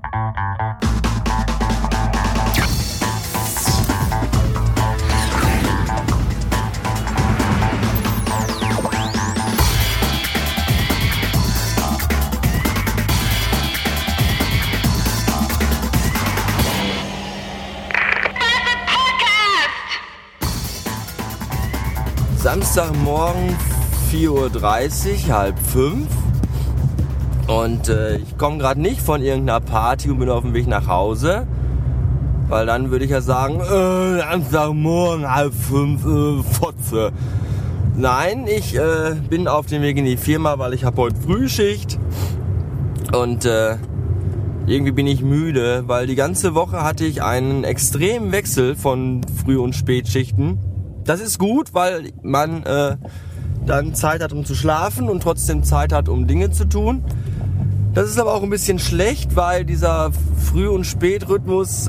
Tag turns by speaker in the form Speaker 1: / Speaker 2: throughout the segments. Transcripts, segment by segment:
Speaker 1: Samstagmorgen 4:30 Uhr, 4:30. Und ich komme gerade nicht von irgendeiner Party und bin auf dem Weg nach Hause. Weil dann würde ich ja sagen, Samstagmorgen 4:30, Fotze. Nein, ich bin auf dem Weg in die Firma, weil ich habe heute Frühschicht. Und irgendwie bin ich müde, weil die ganze Woche hatte ich einen extremen Wechsel von Früh- und Spätschichten. Das ist gut, weil man dann Zeit hat, um zu schlafen und trotzdem Zeit hat, um Dinge zu tun. Das ist aber auch ein bisschen schlecht, weil dieser Früh- und Spätrhythmus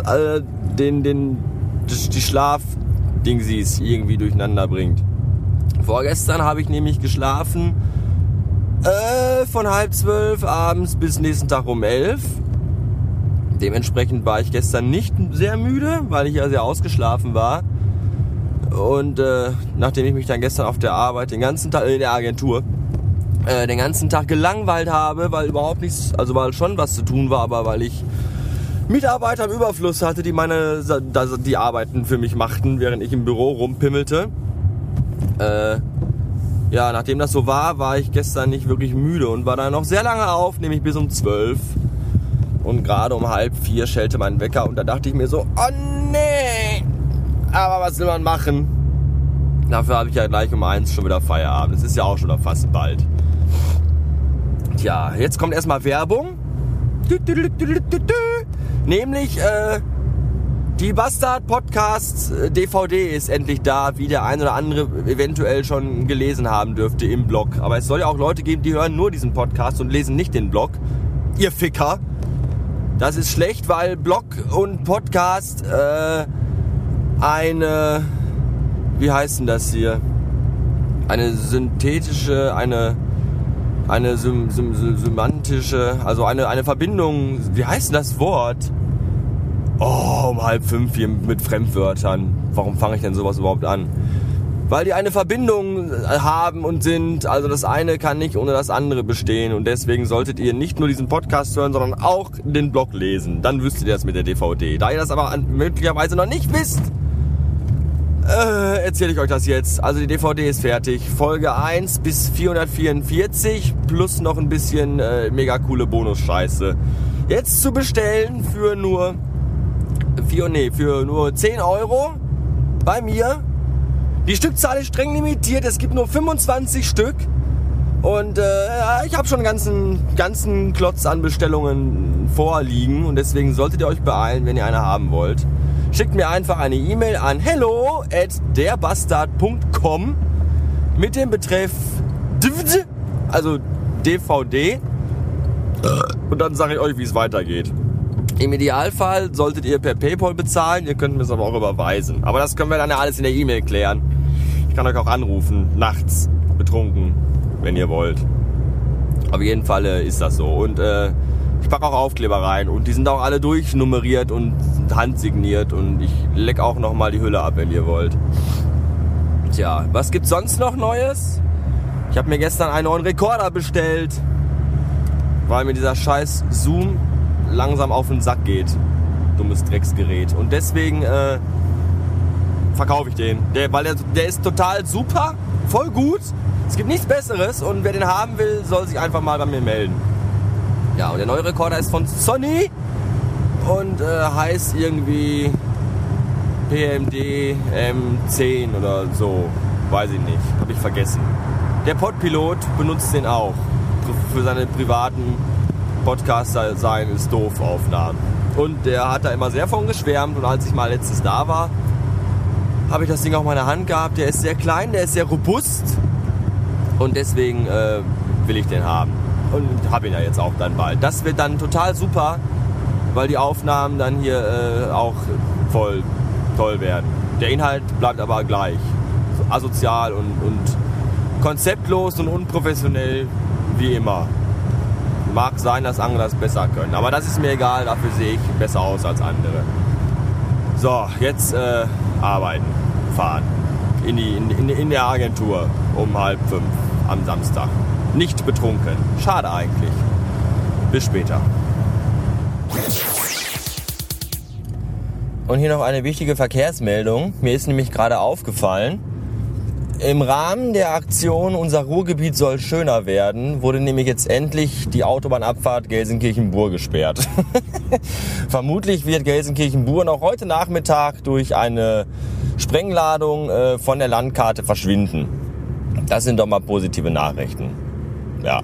Speaker 1: die Schlafdingsies irgendwie durcheinander bringt. Vorgestern habe ich nämlich geschlafen von 11:30 abends bis nächsten Tag um 11. Dementsprechend war ich gestern nicht sehr müde, weil ich ja sehr ausgeschlafen war. Und nachdem ich mich dann gestern auf der Arbeit den ganzen Tag, in der Agentur, den ganzen Tag gelangweilt habe, weil überhaupt nichts, also weil schon was zu tun war, aber weil ich Mitarbeiter im Überfluss hatte, die die Arbeiten für mich machten, während ich im Büro rumpimmelte. Nachdem das so war ich gestern nicht wirklich müde und war dann noch sehr lange auf, nämlich bis um 12. Und gerade um 3:30 schellte mein Wecker und da dachte ich mir so, oh nee! Aber was will man machen? Dafür habe ich ja gleich um 1 schon wieder Feierabend. Es ist ja auch schon fast bald. Tja, jetzt kommt erstmal Werbung. Nämlich die Bastard Podcast DVD ist endlich da, wie der ein oder andere eventuell schon gelesen haben dürfte im Blog. Aber es soll ja auch Leute geben, die hören nur diesen Podcast und lesen nicht den Blog. Ihr Ficker. Das ist schlecht, weil Blog und Podcast wie heißt denn das hier? Eine synthetische, eine semantische, also eine Verbindung, wie heißt denn das Wort? Oh, um 4:30 hier mit Fremdwörtern. Warum fange ich denn sowas überhaupt an? Weil die eine Verbindung haben und sind, also das eine kann nicht ohne das andere bestehen und deswegen solltet ihr nicht nur diesen Podcast hören, sondern auch den Blog lesen. Dann wüsstet ihr das mit der DVD. Da ihr das aber möglicherweise noch nicht wisst, erzähle ich euch das jetzt. Also die DVD ist fertig. Folge 1 bis 444 plus noch ein bisschen mega coole Bonus-Scheiße. Jetzt zu bestellen für nur 10 Euro bei mir. Die Stückzahl ist streng limitiert. Es gibt nur 25 Stück. Und ich habe schon einen ganzen Klotz an Bestellungen vorliegen. Und deswegen solltet ihr euch beeilen, wenn ihr eine haben wollt. Schickt mir einfach eine E-Mail an hello@derbastard.com mit dem Betreff also DVD und dann sage ich euch, wie es weitergeht. Im Idealfall solltet ihr per PayPal bezahlen, ihr könnt mir es aber auch überweisen. Aber das können wir dann ja alles in der E-Mail klären. Ich kann euch auch anrufen, nachts, betrunken, wenn ihr wollt. Auf jeden Fall ist das so. Und ich packe auch Aufkleber rein und die sind auch alle durchnummeriert und handsigniert und ich leck auch nochmal die Hülle ab, wenn ihr wollt. Tja, was gibt's sonst noch Neues? Ich habe mir gestern einen neuen Rekorder bestellt, weil mir dieser scheiß Zoom langsam auf den Sack geht. Dummes Drecksgerät. Und deswegen verkaufe ich den. Der ist total super, voll gut. Es gibt nichts Besseres und wer den haben will, soll sich einfach mal bei mir melden. Ja, und der neue Rekorder ist von Sony und heißt irgendwie PMD M10 oder so. Weiß ich nicht, habe ich vergessen. Der Podpilot benutzt den auch für seine privaten Podcaster sein ist doof Aufnahmen. Und der hat da immer sehr von geschwärmt und als ich mal letztes da war, habe ich das Ding auch in meiner Hand gehabt. Der ist sehr klein, der ist sehr robust und deswegen will ich den haben. Und habe ihn ja jetzt auch dann bald. Das wird dann total super, weil die Aufnahmen dann hier auch voll toll werden. Der Inhalt bleibt aber gleich. So asozial und konzeptlos und unprofessionell wie immer. Mag sein, dass andere das besser können. Aber das ist mir egal, dafür sehe ich besser aus als andere. So, jetzt arbeiten, fahren. In der Agentur um 4:30 am Samstag. Nicht betrunken. Schade eigentlich. Bis später. Und hier noch eine wichtige Verkehrsmeldung. Mir ist nämlich gerade aufgefallen, im Rahmen der Aktion Unser Ruhrgebiet soll schöner werden, wurde nämlich jetzt endlich die Autobahnabfahrt Gelsenkirchen-Bur gesperrt. Vermutlich wird Gelsenkirchen-Bur noch heute Nachmittag durch eine Sprengladung von der Landkarte verschwinden. Das sind doch mal positive Nachrichten. Ja.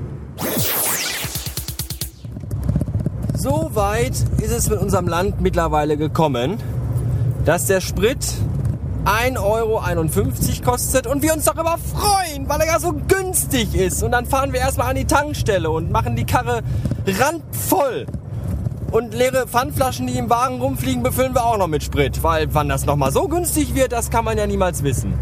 Speaker 1: So weit ist es mit unserem Land mittlerweile gekommen, dass der Sprit 1,51 € kostet und wir uns darüber freuen, weil er ja so günstig ist. Und dann fahren wir erstmal an die Tankstelle und machen die Karre randvoll. Und leere Pfandflaschen, die im Wagen rumfliegen, befüllen wir auch noch mit Sprit. Weil wann das nochmal so günstig wird, das kann man ja niemals wissen.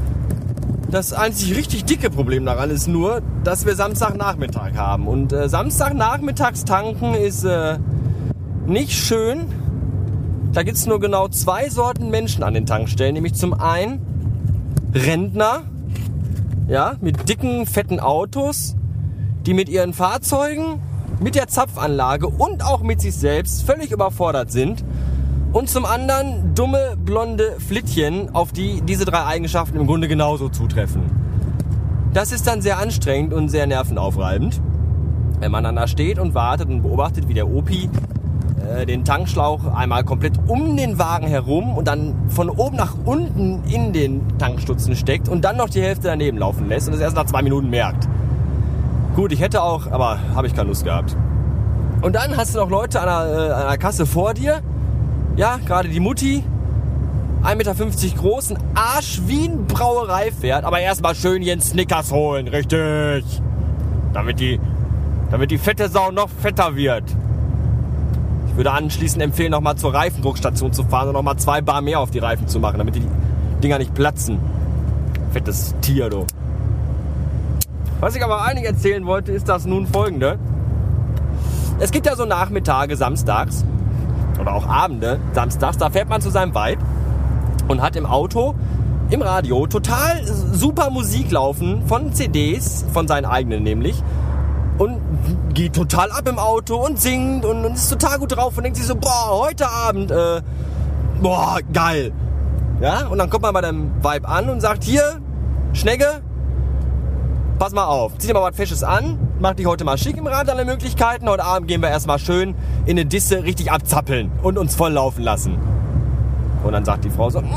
Speaker 1: Das einzig richtig dicke Problem daran ist nur, dass wir Samstagnachmittag haben. Und Samstagnachmittags tanken ist nicht schön. Da gibt es nur genau 2 Sorten Menschen an den Tankstellen. Nämlich zum einen Rentner, ja, mit dicken, fetten Autos, die mit ihren Fahrzeugen, mit der Zapfanlage und auch mit sich selbst völlig überfordert sind. Und zum anderen dumme, blonde Flittchen, auf die diese 3 Eigenschaften im Grunde genauso zutreffen. Das ist dann sehr anstrengend und sehr nervenaufreibend, wenn man dann da steht und wartet und beobachtet, wie der Opi den Tankschlauch einmal komplett um den Wagen herum und dann von oben nach unten in den Tankstutzen steckt und dann noch die Hälfte daneben laufen lässt und es erst nach 2 Minuten merkt. Gut, ich hätte auch, aber habe ich keine Lust gehabt. Und dann hast du noch Leute an der Kasse vor dir. Ja, gerade die Mutti, 1,50 Meter groß, ein Arsch wie ein Brauereipferd, aber erstmal schön hier einen Snickers holen, richtig. Damit die fette Sau noch fetter wird. Ich würde anschließend empfehlen, nochmal zur Reifendruckstation zu fahren und nochmal 2 Bar mehr auf die Reifen zu machen, damit die Dinger nicht platzen. Fettes Tier, du. Was ich aber eigentlich erzählen wollte, ist das nun folgende. Es gibt ja so Nachmittage samstags oder auch Abende samstags, da fährt man zu seinem Vibe und hat im Auto, im Radio total super Musik laufen von CDs, von seinen eigenen nämlich, und geht total ab im Auto und singt und ist total gut drauf und denkt sich so, boah, heute Abend, boah, geil. Ja, und dann kommt man bei dem Vibe an und sagt, hier, Schnecke, pass mal auf, zieh dir mal was Fesches an, mach dich heute mal schick im Rad alle Möglichkeiten. Heute Abend gehen wir erstmal schön in eine Disse richtig abzappeln und uns voll laufen lassen. Und dann sagt die Frau so, oh,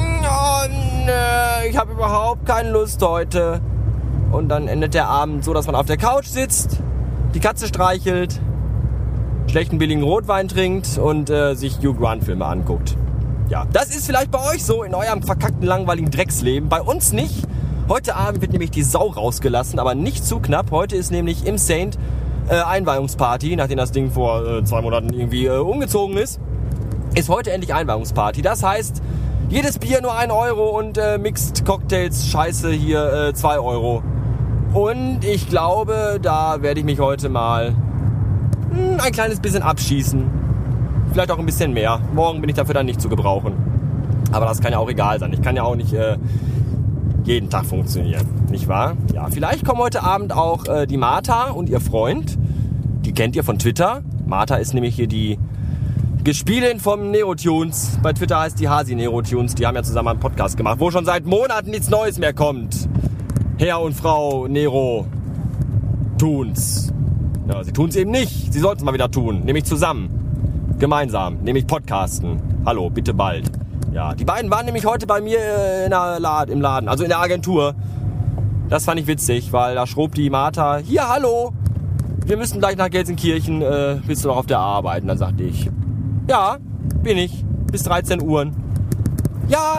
Speaker 1: nee, ich habe überhaupt keine Lust heute. Und dann endet der Abend so, dass man auf der Couch sitzt, die Katze streichelt, schlechten billigen Rotwein trinkt und sich Hugh Grant Filme anguckt. Ja, das ist vielleicht bei euch so in eurem verkackten, langweiligen Drecksleben. Bei uns nicht. Heute Abend wird nämlich die Sau rausgelassen, aber nicht zu knapp. Heute ist nämlich im Saint Einweihungsparty, nachdem das Ding vor 2 Monaten irgendwie umgezogen ist heute endlich Einweihungsparty. Das heißt, jedes Bier nur 1 € und Mixed Cocktails, Scheiße hier 2 €. Und ich glaube, da werde ich mich heute mal ein kleines bisschen abschießen. Vielleicht auch ein bisschen mehr. Morgen bin ich dafür dann nicht zu gebrauchen. Aber das kann ja auch egal sein. Ich kann ja auch nicht jeden Tag funktionieren, nicht wahr? Ja, vielleicht kommen heute Abend auch die Martha und ihr Freund. Die kennt ihr von Twitter. Martha ist nämlich hier die Gespielin vom Nerotunes. Bei Twitter heißt die Hasi Nerotunes. Die haben ja zusammen einen Podcast gemacht, wo schon seit Monaten nichts Neues mehr kommt. Herr und Frau Nero tun's. Ja, sie tun's eben nicht. Sie sollten es mal wieder tun. Nämlich zusammen. Gemeinsam. Nämlich podcasten. Hallo, bitte bald. Ja, die beiden waren nämlich heute bei mir im Laden, also in der Agentur. Das fand ich witzig, weil da schrob die Martha, hier, hallo, wir müssen gleich nach Gelsenkirchen, bist du noch auf der Arbeit? Und dann sagte ich, ja, bin ich, bis 13 Uhr. Ja,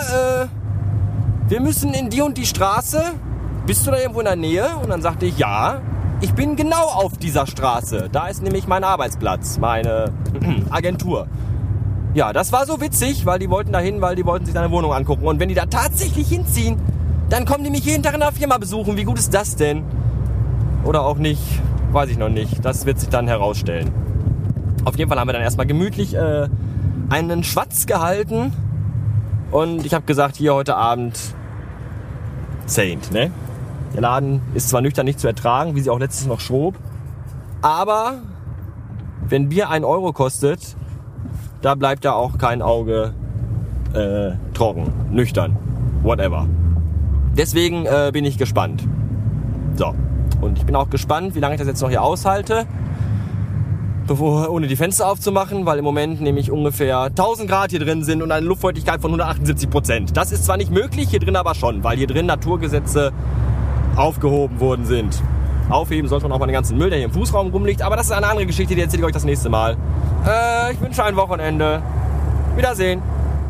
Speaker 1: wir müssen in die und die Straße, bist du da irgendwo in der Nähe? Und dann sagte ich, ja, ich bin genau auf dieser Straße, da ist nämlich mein Arbeitsplatz, meine Agentur. Ja, das war so witzig, weil die wollten da hin, weil die wollten sich deine Wohnung angucken. Und wenn die da tatsächlich hinziehen, dann kommen die mich jeden Tag in der Firma besuchen. Wie gut ist das denn? Oder auch nicht. Weiß ich noch nicht. Das wird sich dann herausstellen. Auf jeden Fall haben wir dann erstmal gemütlich einen Schwatz gehalten. Und ich habe gesagt, hier heute Abend Saint, ne? Der Laden ist zwar nüchtern nicht zu ertragen, wie sie auch letztens noch schrob. Aber wenn Bier 1 Euro kostet, da bleibt ja auch kein Auge trocken, nüchtern, whatever. Deswegen bin ich gespannt. So, und ich bin auch gespannt, wie lange ich das jetzt noch hier aushalte, ohne die Fenster aufzumachen, weil im Moment nämlich ungefähr 1000 Grad hier drin sind und eine Luftfeuchtigkeit von 178%. Das ist zwar nicht möglich, hier drin aber schon, weil hier drin Naturgesetze aufgehoben worden sind. Aufheben sollte man auch mal den ganzen Müll, der hier im Fußraum rumliegt, aber das ist eine andere Geschichte, die erzähle ich euch das nächste Mal. Ich wünsche ein Wochenende. Wiedersehen.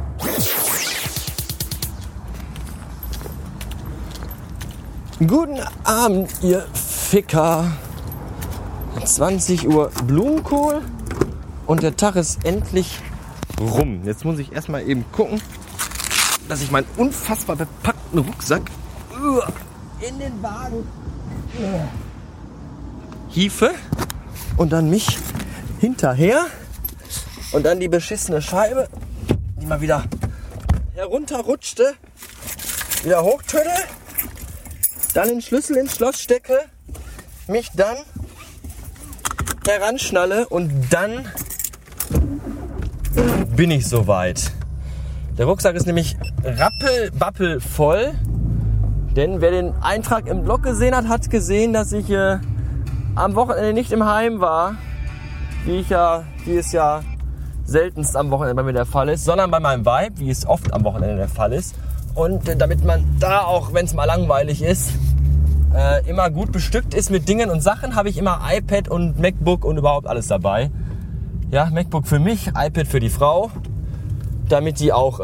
Speaker 1: Guten Abend, ihr Ficker. 20 Uhr Blumenkohl und der Tag ist endlich rum. Jetzt muss ich erstmal eben gucken, dass ich meinen unfassbar bepackten Rucksack in den Wagen hiefe und dann mich hinterher und dann die beschissene Scheibe, die mal wieder herunterrutschte, wieder hochtöne, dann den Schlüssel ins Schloss stecke, mich dann heranschnalle und dann bin ich soweit. Der Rucksack ist nämlich rappelbappel voll, denn wer den Eintrag im Blog gesehen hat, hat gesehen, dass ich am Wochenende nicht im Heim war, wie es ja seltenst am Wochenende bei mir der Fall ist, sondern bei meinem Weib, wie es oft am Wochenende der Fall ist. Und damit man da auch, wenn es mal langweilig ist, immer gut bestückt ist mit Dingen und Sachen, habe ich immer iPad und MacBook und überhaupt alles dabei. Ja, MacBook für mich, iPad für die Frau, damit die auch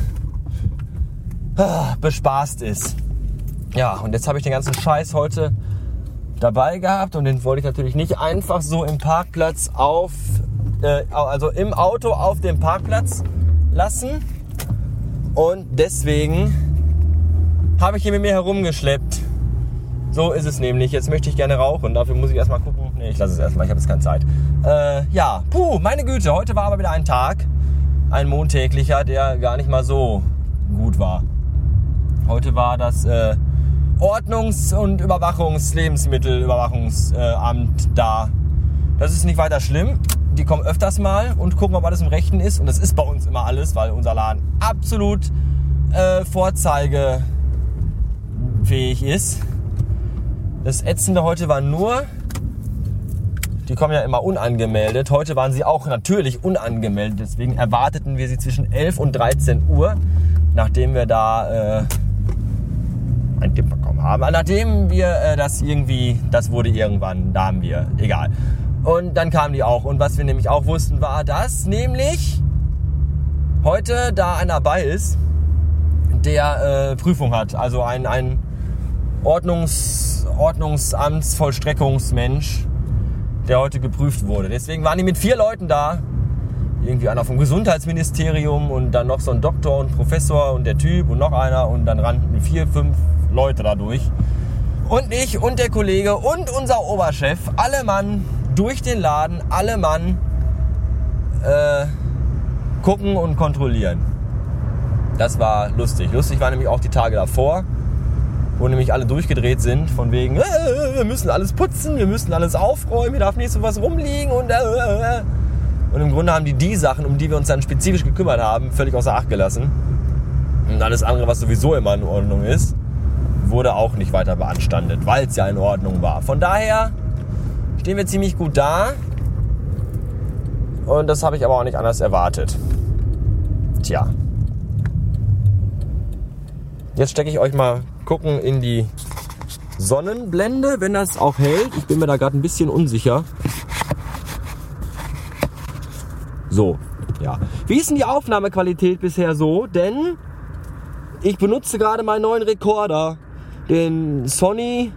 Speaker 1: bespaßt ist. Ja, und jetzt habe ich den ganzen Scheiß heute dabei gehabt und den wollte ich natürlich nicht einfach so im Parkplatz also im Auto auf dem Parkplatz lassen. Und deswegen habe ich ihn mit mir herumgeschleppt. So ist es nämlich. Jetzt möchte ich gerne rauchen. Dafür muss ich erstmal gucken. Nee, ich lasse es erstmal. Ich habe jetzt keine Zeit. Meine Güte. Heute war aber wieder ein Tag. Ein montäglicher, der gar nicht mal so gut war. Heute war das Ordnungs- und Lebensmittelüberwachungsamt da. Das ist nicht weiter schlimm. Die kommen öfters mal und gucken, ob alles im Rechten ist. Und das ist bei uns immer alles, weil unser Laden absolut vorzeigefähig ist. Das Ätzende heute war nur, die kommen ja immer unangemeldet. Heute waren sie auch natürlich unangemeldet. Deswegen erwarteten wir sie zwischen 11 und 13 Uhr, nachdem wir da einen Tipp bekommen haben. Nachdem wir das wurde irgendwann, da haben wir, egal. Und dann kamen die auch. Und was wir nämlich auch wussten, war, dass nämlich heute da einer bei ist, der Prüfung hat. Also ein Ordnungsamtsvollstreckungsmensch, der heute geprüft wurde. Deswegen waren die mit 4 Leuten da. Irgendwie einer vom Gesundheitsministerium und dann noch so ein Doktor und Professor und der Typ und noch einer. Und dann rannten 4, 5 Leute da durch. Und ich und der Kollege und unser Oberchef, alle Mann durch den Laden, alle Mann gucken und kontrollieren. Das war lustig. Lustig war nämlich auch die Tage davor, wo nämlich alle durchgedreht sind, von wegen, wir müssen alles putzen, wir müssen alles aufräumen, hier darf nicht so was rumliegen und im Grunde haben die Sachen, um die wir uns dann spezifisch gekümmert haben, völlig außer Acht gelassen. Und alles andere, was sowieso immer in Ordnung ist, wurde auch nicht weiter beanstandet, weil es ja in Ordnung war. Von daher stehen wir ziemlich gut da und das habe ich aber auch nicht anders erwartet. Tja. Jetzt stecke ich euch mal gucken in die Sonnenblende, wenn das auch hält. Ich bin mir da gerade ein bisschen unsicher. So, ja. Wie ist denn die Aufnahmequalität bisher so? Denn ich benutze gerade meinen neuen Rekorder, den Sony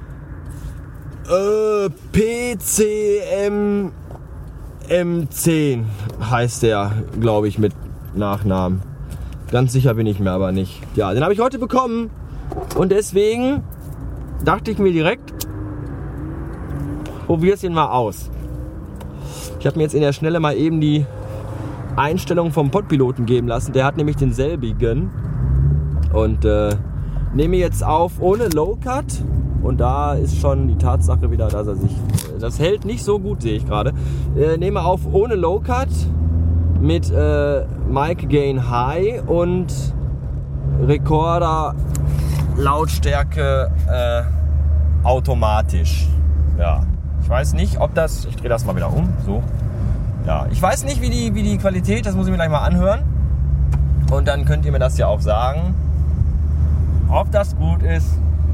Speaker 1: PCM M10 heißt der, glaube ich, mit Nachnamen. Ganz sicher bin ich mir aber nicht. Ja, den habe ich heute bekommen und deswegen dachte ich mir direkt, Probier's ihn mal aus. Ich habe mir jetzt in der Schnelle mal eben die Einstellung vom Podpiloten geben lassen. Der hat nämlich denselbigen. Und nehme jetzt auf ohne Low Cut. Und da ist schon die Tatsache wieder, dass er sich... Das hält nicht so gut, sehe ich gerade. Nehme auf ohne Low Cut mit Mic Gain High und Recorder Lautstärke automatisch. Ja, ich weiß nicht, ob das... Ich drehe das mal wieder um. So. Ja, ich weiß nicht, wie die Qualität, das muss ich mir gleich mal anhören. Und dann könnt ihr mir das ja auch sagen, ob das gut ist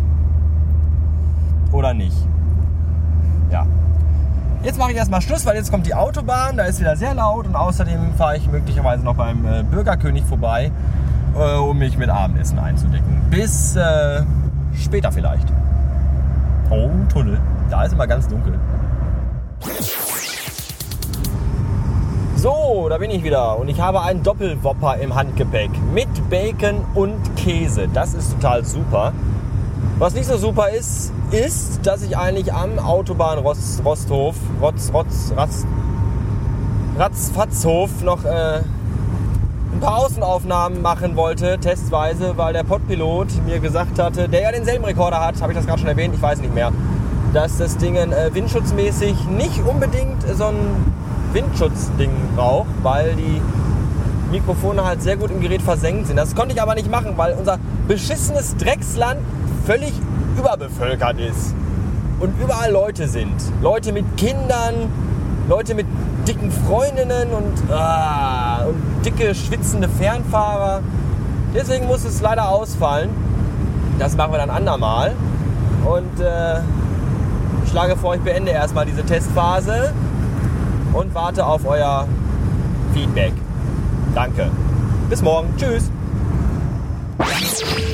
Speaker 1: oder nicht. Ja. Jetzt mache ich erstmal Schluss, weil jetzt kommt die Autobahn, da ist wieder sehr laut und außerdem fahre ich möglicherweise noch beim Bürgerkönig vorbei, um mich mit Abendessen einzudecken. Bis später vielleicht. Oh, Tunnel. Da ist immer ganz dunkel. So, da bin ich wieder und ich habe einen Doppelwhopper im Handgepäck mit Bacon und Käse. Das ist total super. Was nicht so super ist, dass ich eigentlich am Autobahn Ratzfatzhof noch ein paar Außenaufnahmen machen wollte, testweise, weil der Podpilot mir gesagt hatte, der ja denselben Rekorder hat, habe ich das gerade schon erwähnt, ich weiß nicht mehr, dass das Ding windschutzmäßig nicht unbedingt so ein Windschutzding braucht, weil die Mikrofone halt sehr gut im Gerät versenkt sind. Das konnte ich aber nicht machen, weil unser beschissenes Drecksland völlig überbevölkert ist und überall Leute sind. Leute mit Kindern, Leute mit dicken Freundinnen und dicke, schwitzende Fernfahrer. Deswegen muss es leider ausfallen. Das machen wir dann andermal. Und ich schlage vor, ich beende erstmal diese Testphase und warte auf euer Feedback. Danke. Bis morgen. Tschüss.